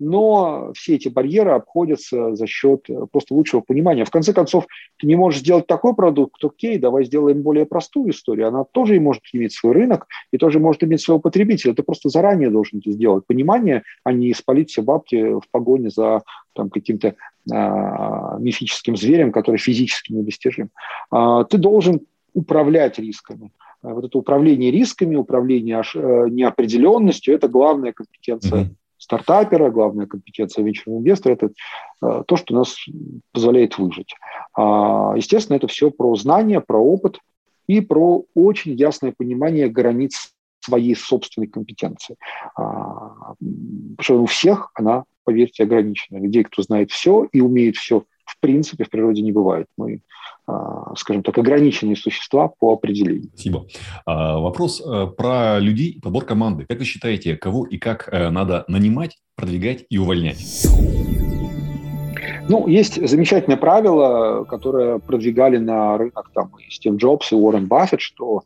но все эти барьеры обходятся за счет просто лучшего понимания. В конце концов, ты не можешь сделать такой продукт, окей, давай сделаем более простую историю. Она тоже может иметь свой рынок и тоже может иметь своего потребителя. Ты просто заранее должен это сделать. Понимание, а не спалить все бабки в погоне за каким-то мифическим зверем, который физически недостижим. Ты должен управлять рисками. Вот это управление рисками, управление неопределенностью – это главная компетенция стартапера, главная компетенция венчурного инвестора – это то, что нас позволяет выжить. Естественно, это все про знания, про опыт и про очень ясное понимание границ своей собственной компетенции. Потому что у всех она, поверьте, ограничена. Людей, кто знает все и умеет все, в принципе, в природе не бывает. Мы, скажем так, ограниченные существа по определению. Спасибо. Вопрос про людей и подбор команды. Как вы считаете, кого и как надо нанимать, продвигать и увольнять? Есть замечательное правило, которое продвигали на рынок там и Стив Джобс, и Уоррен Баффет, что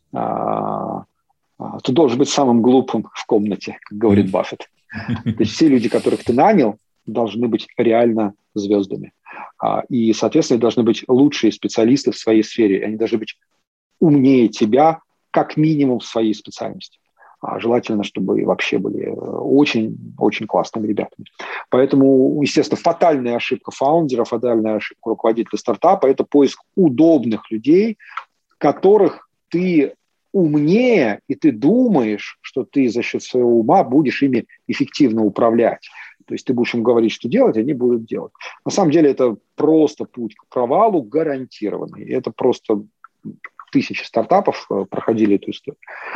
ты должен быть самым глупым в комнате, как говорит Баффет. То есть все люди, которых ты нанял, должны быть реально звездами. И, соответственно, должны быть лучшие специалисты в своей сфере. Они должны быть умнее тебя, как минимум, в своей специальности. Желательно, чтобы вообще были очень-очень классными ребятами. Поэтому, естественно, фатальная ошибка фаундера, фатальная ошибка руководителя стартапа – это поиск удобных людей, которых ты умнее, и ты думаешь, что ты за счет своего ума будешь ими эффективно управлять. То есть ты будешь им говорить, что делать, они будут делать. На самом деле это просто путь к провалу гарантированный. Это просто тысячи стартапов проходили эту историю.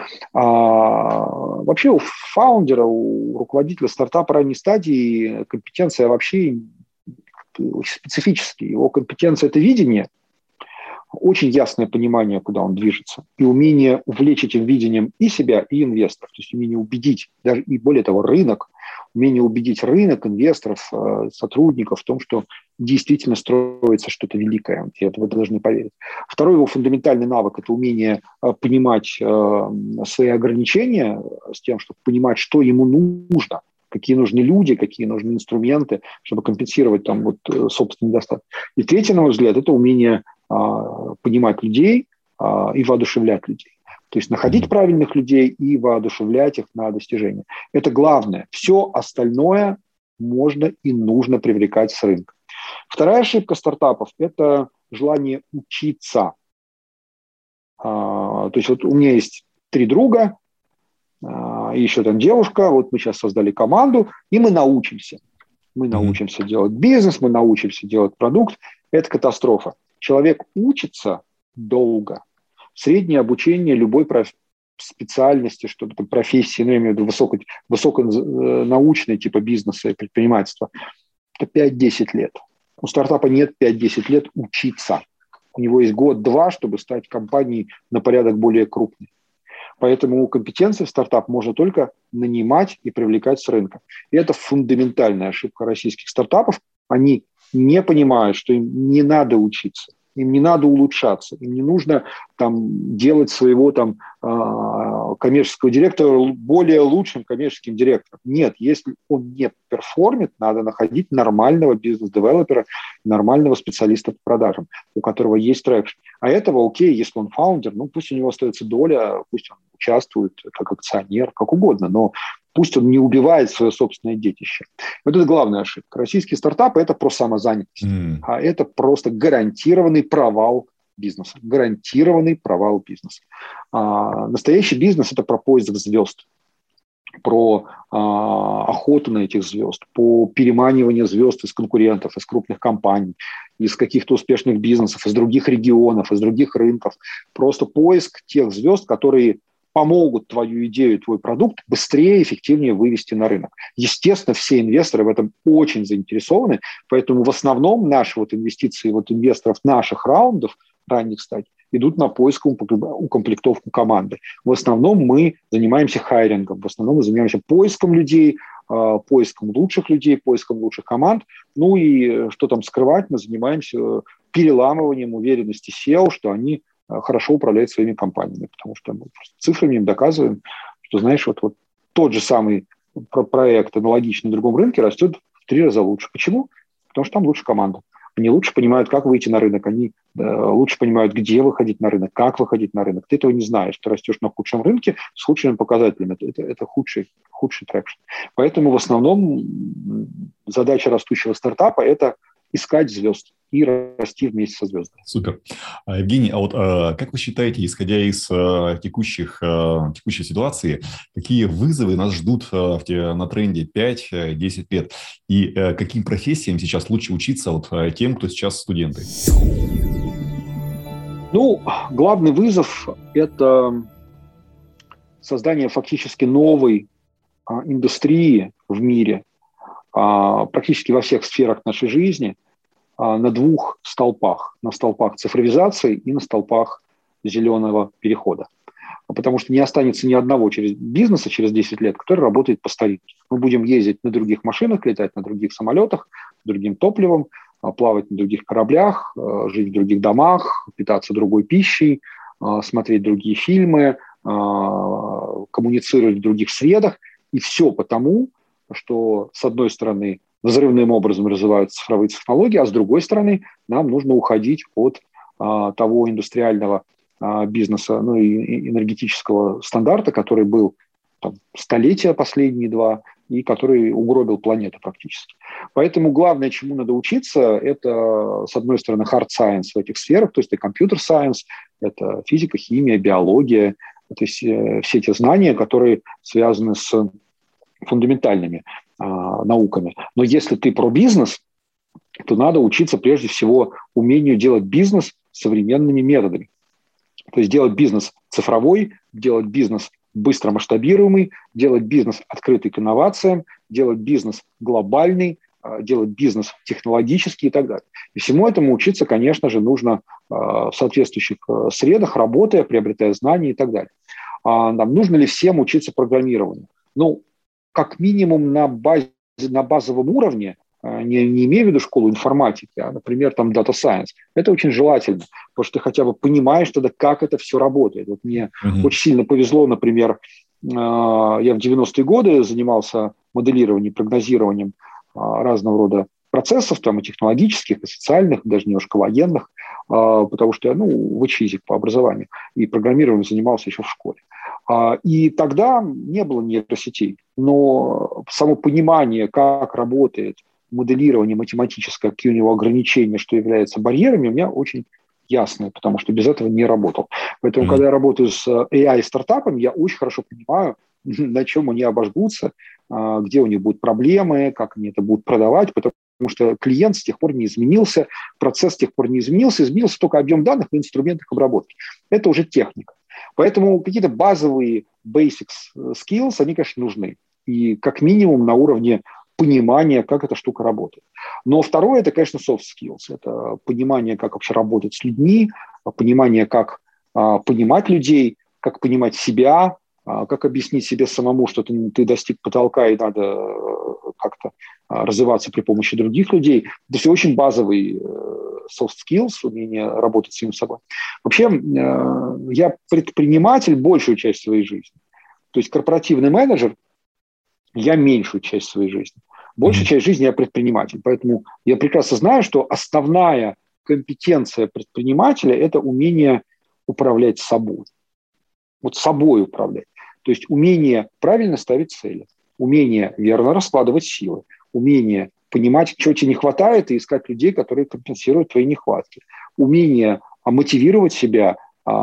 Вообще у фаундера, у руководителя стартапа ранней стадии компетенция вообще очень специфическая. Его компетенция – это видение, очень ясное понимание, куда он движется, и умение увлечь этим видением и себя, и инвесторов. То есть умение убедить, даже и более того, рынок, умение убедить рынок, инвесторов, сотрудников в том, что действительно строится что-то великое, и это вы должны поверить. Второй его фундаментальный навык – это умение понимать свои ограничения с тем, чтобы понимать, что ему нужно, какие нужны люди, какие нужны инструменты, чтобы компенсировать собственный недостаток. И третий, на мой взгляд, это умение понимать людей и воодушевлять людей. То есть находить правильных людей и воодушевлять их на достижение. Это главное. Все остальное можно и нужно привлекать с рынка. Вторая ошибка стартапов – это желание учиться. То есть вот у меня есть 3 друга, и еще там девушка, вот мы сейчас создали команду, и мы научимся. Мы научимся делать бизнес, мы научимся делать продукт. Это катастрофа. Человек учится долго. Среднее обучение любой специальности, что-то профессии, я имею в виду высоконаучной типа бизнеса и предпринимательства, это 5-10 лет. У стартапа нет 5-10 лет учиться. У него есть год-два, чтобы стать компанией на порядок более крупной. Поэтому компетенции в стартап можно только нанимать и привлекать с рынка. И это фундаментальная ошибка российских стартапов. Они не понимают, что им не надо учиться, им не надо улучшаться, им не нужно делать своего коммерческого директора более лучшим коммерческим директором. Нет, если он не перформит, надо находить нормального бизнес-девелопера, нормального специалиста по продажам, у которого есть трекшн. А этого окей, если он фаундер, пусть у него остается доля, пусть он участвует как акционер, как угодно, но пусть он не убивает свое собственное детище. Вот это главная ошибка. Российские стартапы – это про самозанятость, а это просто гарантированный провал бизнеса. Гарантированный провал бизнеса. Настоящий бизнес – это про поиск звезд, про охоту на этих звезд, по переманиванию звезд из конкурентов, из крупных компаний, из каких-то успешных бизнесов, из других регионов, из других рынков. Просто поиск тех звезд, которые помогут твою идею, твой продукт быстрее и эффективнее вывести на рынок. Естественно, все инвесторы в этом очень заинтересованы, поэтому в основном наши инвестиции инвесторов наших раундов, ранних стадий, идут на поиск, укомплектовку команды. В основном мы занимаемся хайрингом, в основном мы занимаемся поиском людей, поиском лучших людей, поиском лучших команд. И что там скрывать, мы занимаемся переламыванием уверенности SEO, что они хорошо управляют своими компаниями, потому что мы цифрами им доказываем, что, знаешь, вот тот же самый проект, аналогичный на другом рынке, растет в 3 раза лучше. Почему? Потому что там лучше команда. Они лучше понимают, как выйти на рынок, они лучше понимают, где выходить на рынок, как выходить на рынок. Ты этого не знаешь. Ты растешь на худшем рынке с худшими показателями. Это худший трекшн. Поэтому в основном задача растущего стартапа – это искать звезд. и расти вместе со звездами. Супер. Евгений, а вот как вы считаете, исходя из текущей ситуации, какие вызовы нас ждут на тренде 5-10 лет? И каким профессиям сейчас лучше учиться тем, кто сейчас студенты? Главный вызов – это создание фактически новой индустрии в мире, практически во всех сферах нашей жизни, на двух столпах. На столпах цифровизации и на столпах зеленого перехода. Потому что не останется ни одного бизнеса через 10 лет, который работает по старинке. Мы будем ездить на других машинах, летать на других самолетах, с другим топливом, плавать на других кораблях, жить в других домах, питаться другой пищей, смотреть другие фильмы, коммуницировать в других средах. И все потому, что, с одной стороны, взрывным образом развиваются цифровые технологии, а с другой стороны, нам нужно уходить от того индустриального бизнеса, и энергетического стандарта, который был столетия последние два, и который угробил планету практически. Поэтому главное, чему надо учиться, это, с одной стороны, hard science в этих сферах, то есть это компьютер science, это физика, химия, биология, то есть все те знания, которые связаны с фундаментальными науками. Но если ты про бизнес, то надо учиться прежде всего умению делать бизнес современными методами. То есть делать бизнес цифровой, делать бизнес быстро масштабируемый, делать бизнес открытый к инновациям, делать бизнес глобальный, делать бизнес технологический и так далее. И всему этому учиться, конечно же, нужно в соответствующих средах, работая, приобретая знания и так далее. Нам нужно ли всем учиться программированию? Как минимум на базовом уровне, не имея в виду школу информатики, а, например, Data Science, это очень желательно, потому что ты хотя бы понимаешь тогда, как это все работает. Мне очень сильно повезло, например, я в 90-е годы занимался моделированием, прогнозированием разного рода процессов, и технологических, и социальных, даже немножко военных, потому что я ВЧИЗик по образованию, и программированием занимался еще в школе. И тогда не было нейросетей, но само понимание, как работает моделирование математическое, какие у него ограничения, что является барьерами, у меня очень ясное, потому что без этого не работал. Поэтому, когда я работаю с AI-стартапами, я очень хорошо понимаю, на чем они обожгутся, где у них будут проблемы, как они это будут продавать, потому что клиент с тех пор не изменился, процесс с тех пор не изменился, изменился только объем данных и инструментов обработки. Это уже техника. Поэтому какие-то базовые basics skills, они, конечно, нужны. И как минимум на уровне понимания, как эта штука работает. Но второе, это, конечно, soft skills. Это понимание, как вообще работать с людьми, понимание, как понимать людей, как понимать себя, как объяснить себе самому, что ты достиг потолка и надо как-то развиваться при помощи других людей. Это все очень базовые soft skills, умение работать с самим собой. Вообще, я предприниматель большую часть своей жизни. То есть корпоративный менеджер я меньшую часть своей жизни. Большую часть жизни я предприниматель. Поэтому я прекрасно знаю, что основная компетенция предпринимателя – это умение управлять собой. Собой управлять. То есть умение правильно ставить цели, умение верно раскладывать силы, умение понимать, чего тебе не хватает, и искать людей, которые компенсируют твои нехватки, умение мотивировать себя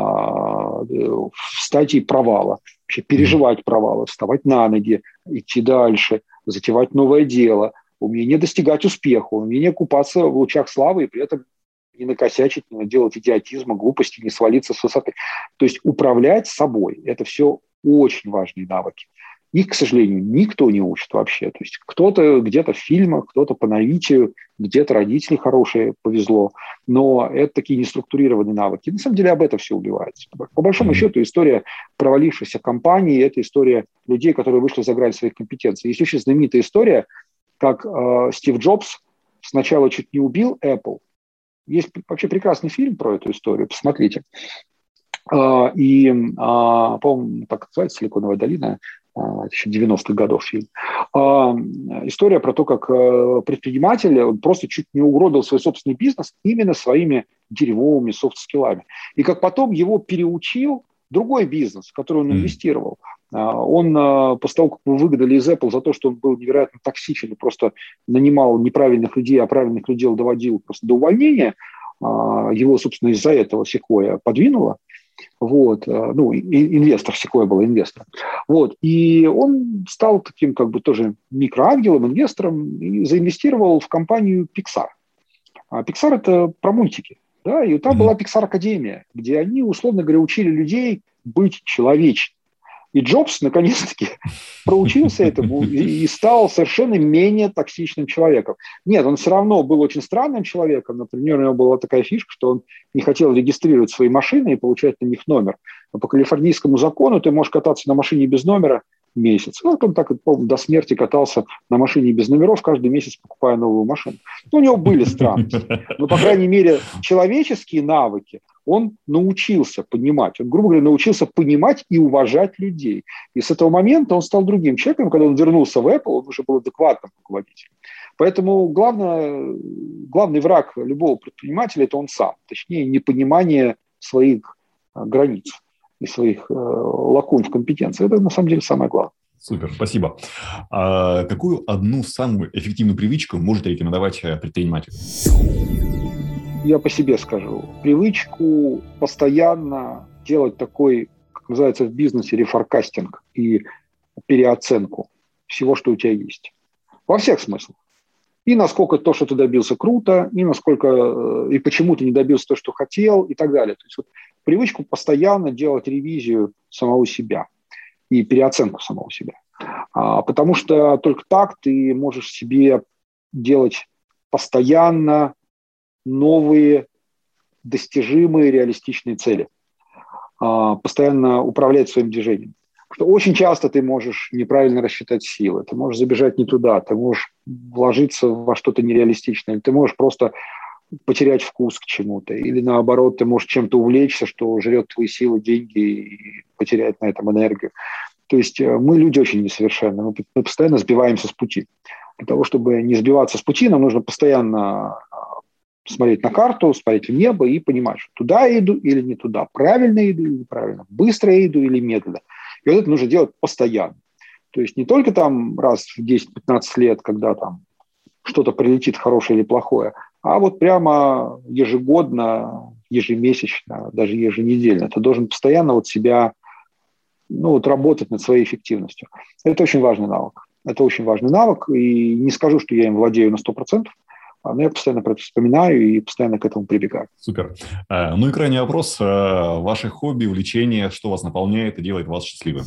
в стадии провала, вообще переживать провалы, вставать на ноги, идти дальше, затевать новое дело, умение достигать успеха, умение купаться в лучах славы и при этом не накосячить, не наделать идиотизма, глупости, не свалиться с высоты. То есть управлять собой – это все очень важные навыки. Их, к сожалению, никто не учит вообще. То есть кто-то где-то в фильмах, кто-то по наитию, где-то родители хорошие, повезло. Но это такие неструктурированные навыки. На самом деле об этом все убивается. По большому счету история провалившейся компании – это история людей, которые вышли за грань своих компетенций. Есть очень знаменитая история, как Стив Джобс сначала чуть не убил Apple. Есть вообще прекрасный фильм про эту историю, посмотрите. По-моему, так называется «Силиконовая долина», еще 90-х годов фильм. История про то, как предприниматель он просто чуть не угробил свой собственный бизнес именно своими дерьмовыми софт-скиллами. И как потом его переучил другой бизнес, в который он инвестировал. Он, после того, как его выгнали из Apple за то, что он был невероятно токсичен и просто нанимал неправильных людей, а правильных людей доводил просто до увольнения, его, собственно, из-за этого Sequoia подвинуло. Вот, ну, инвестор, Sequoia был инвестором. Вот, и он стал таким как бы тоже микроангелом, инвестором и заинвестировал в компанию Pixar. А Pixar – это про мультики. Да, и там была Pixar Академия, где они, условно говоря, учили людей быть человечным. И Джобс, наконец-таки, проучился этому и стал совершенно менее токсичным человеком. Нет, он все равно был очень странным человеком. Например, у него была такая фишка, что он не хотел регистрировать свои машины и получать на них номер. Но по калифорнийскому закону ты можешь кататься на машине без номера месяц. Ну, вот он так, помню, до смерти катался на машине без номеров, каждый месяц покупая новую машину. Ну, у него были странности. Но, по крайней мере, человеческие навыки он научился понимать. Он, грубо говоря, научился понимать и уважать людей. И с этого момента он стал другим человеком. Когда он вернулся в Apple, он уже был адекватным руководителем. Поэтому главный враг любого предпринимателя – это он сам. Точнее, непонимание своих границ и своих лакун в компетенции. Это, на самом деле, самое главное. Супер, спасибо. А какую одну самую эффективную привычку можете рекомендовать предпринимателю? Я по себе скажу. Привычку постоянно делать такой, как называется в бизнесе, рефоркастинг и переоценку всего, что у тебя есть. Во всех смыслах. И насколько то, что ты добился, круто, и насколько и почему ты не добился то, что хотел, и так далее. То есть вот привычку постоянно делать ревизию самого себя и переоценку самого себя. Потому что только так ты можешь себе делать постоянно новые, достижимые, реалистичные цели. Постоянно управлять своим движением. Потому что очень часто ты можешь неправильно рассчитать силы, ты можешь забежать не туда, ты можешь вложиться во что-то нереалистичное, ты можешь просто потерять вкус к чему-то, или наоборот, ты можешь чем-то увлечься, что жрет твои силы, деньги и потерять на этом энергию. То есть мы люди очень несовершенны, мы постоянно сбиваемся с пути. Для того, чтобы не сбиваться с пути, нам нужно постоянно смотреть на карту, смотреть в небо и понимать, что туда я иду или не туда, правильно я иду или неправильно, быстро я иду или медленно. И вот это нужно делать постоянно. То есть не только там раз в 10-15 лет, когда там что-то прилетит хорошее или плохое, а вот прямо ежегодно, ежемесячно, даже еженедельно. Ты должен постоянно вот себя, работать над своей эффективностью. Это очень важный навык. Это очень важный навык, и не скажу, что я им владею на 100%, но я постоянно про это вспоминаю и постоянно к этому прибегаю. Супер. Ну и крайний вопрос. Ваши хобби, увлечения, что вас наполняет и делает вас счастливым?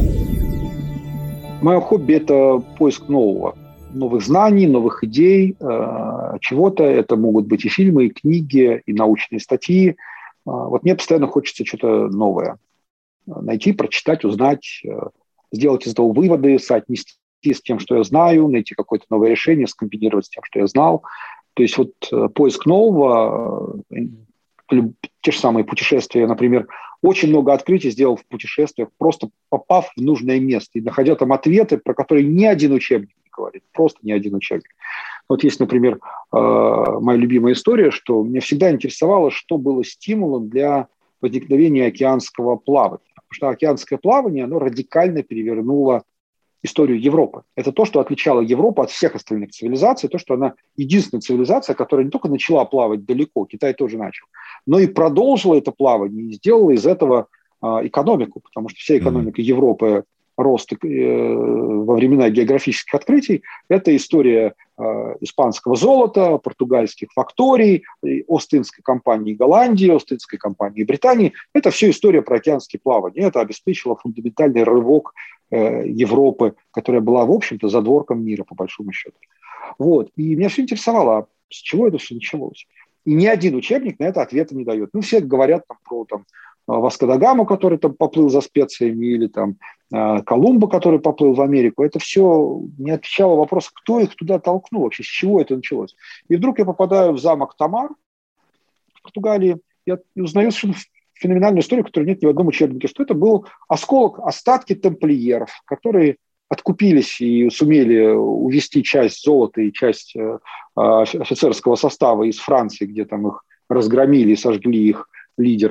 Мое хобби – это поиск новых знаний, новых идей, чего-то. Это могут быть и фильмы, и книги, и научные статьи. Вот мне постоянно хочется что-то новое найти, прочитать, узнать, сделать из этого выводы, соотнести с тем, что я знаю, найти какое-то новое решение, скомбинировать с тем, что я знал. То есть вот поиск нового, те же самые путешествия, например, очень много открытий сделал в путешествиях, просто попав в нужное место и находя там ответы, про которые ни один учебник не говорит, просто ни один учебник. Вот есть, например, моя любимая история, что меня всегда интересовало, что было стимулом для возникновения океанского плавания. Потому что океанское плавание, оно радикально перевернуло историю Европы. Это то, что отличало Европу от всех остальных цивилизаций, то, что она единственная цивилизация, которая не только начала плавать далеко, Китай тоже начал, но и продолжила это плавание и сделала из этого экономику, потому что вся экономика Европы, рост во времена географических открытий, это история испанского золота, португальских факторий, Ост-Индской компании Голландии, Ост-Индской компании Британии. Это все история про океанские плавания. Это обеспечило фундаментальный рывок Европы, которая была, в общем-то, задворком мира, по большому счету. Вот. И меня все интересовало, с чего это все началось. И ни один учебник на это ответа не дает. Все говорят про Васко да Гаму, который там поплыл за специями, или там Колумба, который поплыл в Америку. Это все не отвечало вопросу, кто их туда толкнул вообще, с чего это началось. И вдруг я попадаю в замок Тамар в Португалии и узнаю совершенно феноменальную историю, которой нет ни в одном учебнике, что это был остатки тамплиеров, которые откупились и сумели увезти часть золота и часть офицерского состава из Франции, где там их разгромили и сожгли их лидера,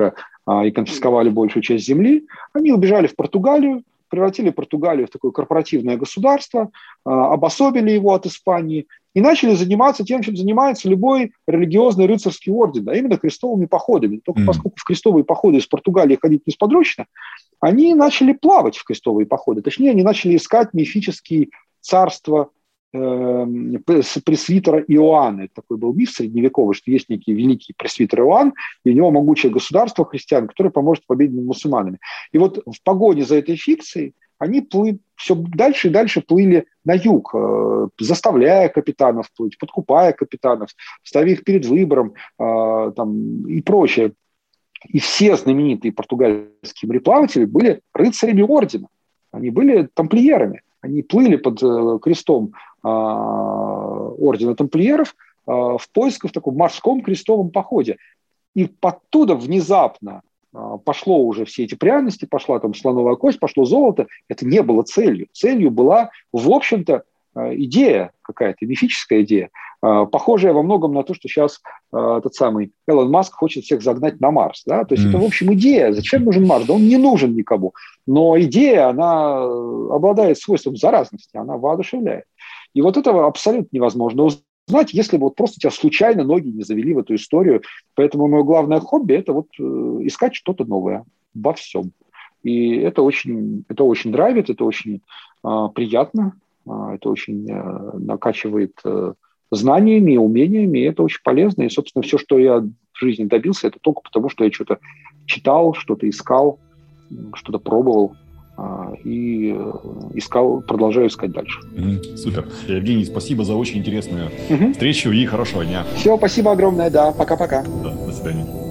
и конфисковали большую часть земли, они убежали в Португалию, превратили Португалию в такое корпоративное государство, обособили его от Испании и начали заниматься тем, чем занимается любой религиозный рыцарский орден, а именно крестовыми походами. Только поскольку в крестовые походы из Португалии ходить несподручно, они начали плавать в крестовые походы. Точнее, они начали искать мифические царства пресвитера Иоанна. Это такой был миф средневековый, что есть некий великий пресвитер Иоанн, и у него могучее государство христиан, которое поможет победе над мусульманами. И вот в погоне за этой фикцией они все дальше и дальше плыли на юг, заставляя капитанов плыть, подкупая капитанов, ставя их перед выбором и прочее. И все знаменитые португальские мореплаватели были рыцарями ордена, они были тамплиерами. Они плыли под крестом ордена тамплиеров в поисках в таком морском крестовом походе. И оттуда внезапно пошло уже все эти пряности, пошла там слоновая кость, пошло золото. Это не было целью. Целью была, в общем-то, идея какая-то, мифическая идея, похожая во многом на то, что сейчас тот самый Элон Маск хочет всех загнать на Марс. Да? То есть это, в общем, идея. Зачем нужен Марс? Да он не нужен никому. Но идея, она обладает свойством заразности, она воодушевляет. И вот этого абсолютно невозможно узнать, если бы вот просто тебя случайно ноги не завели в эту историю. Поэтому мое главное хобби – это вот искать что-то новое во всем. И это очень драйвит, это очень приятно. Это очень накачивает знаниями и умениями, и это очень полезно. И, собственно, все, что я в жизни добился, это только потому, что я что-то читал, что-то искал, что-то пробовал и продолжаю искать дальше. Супер. Евгений, спасибо за очень интересную встречу и хорошего дня. Все, спасибо огромное, да, пока-пока. Да, до свидания.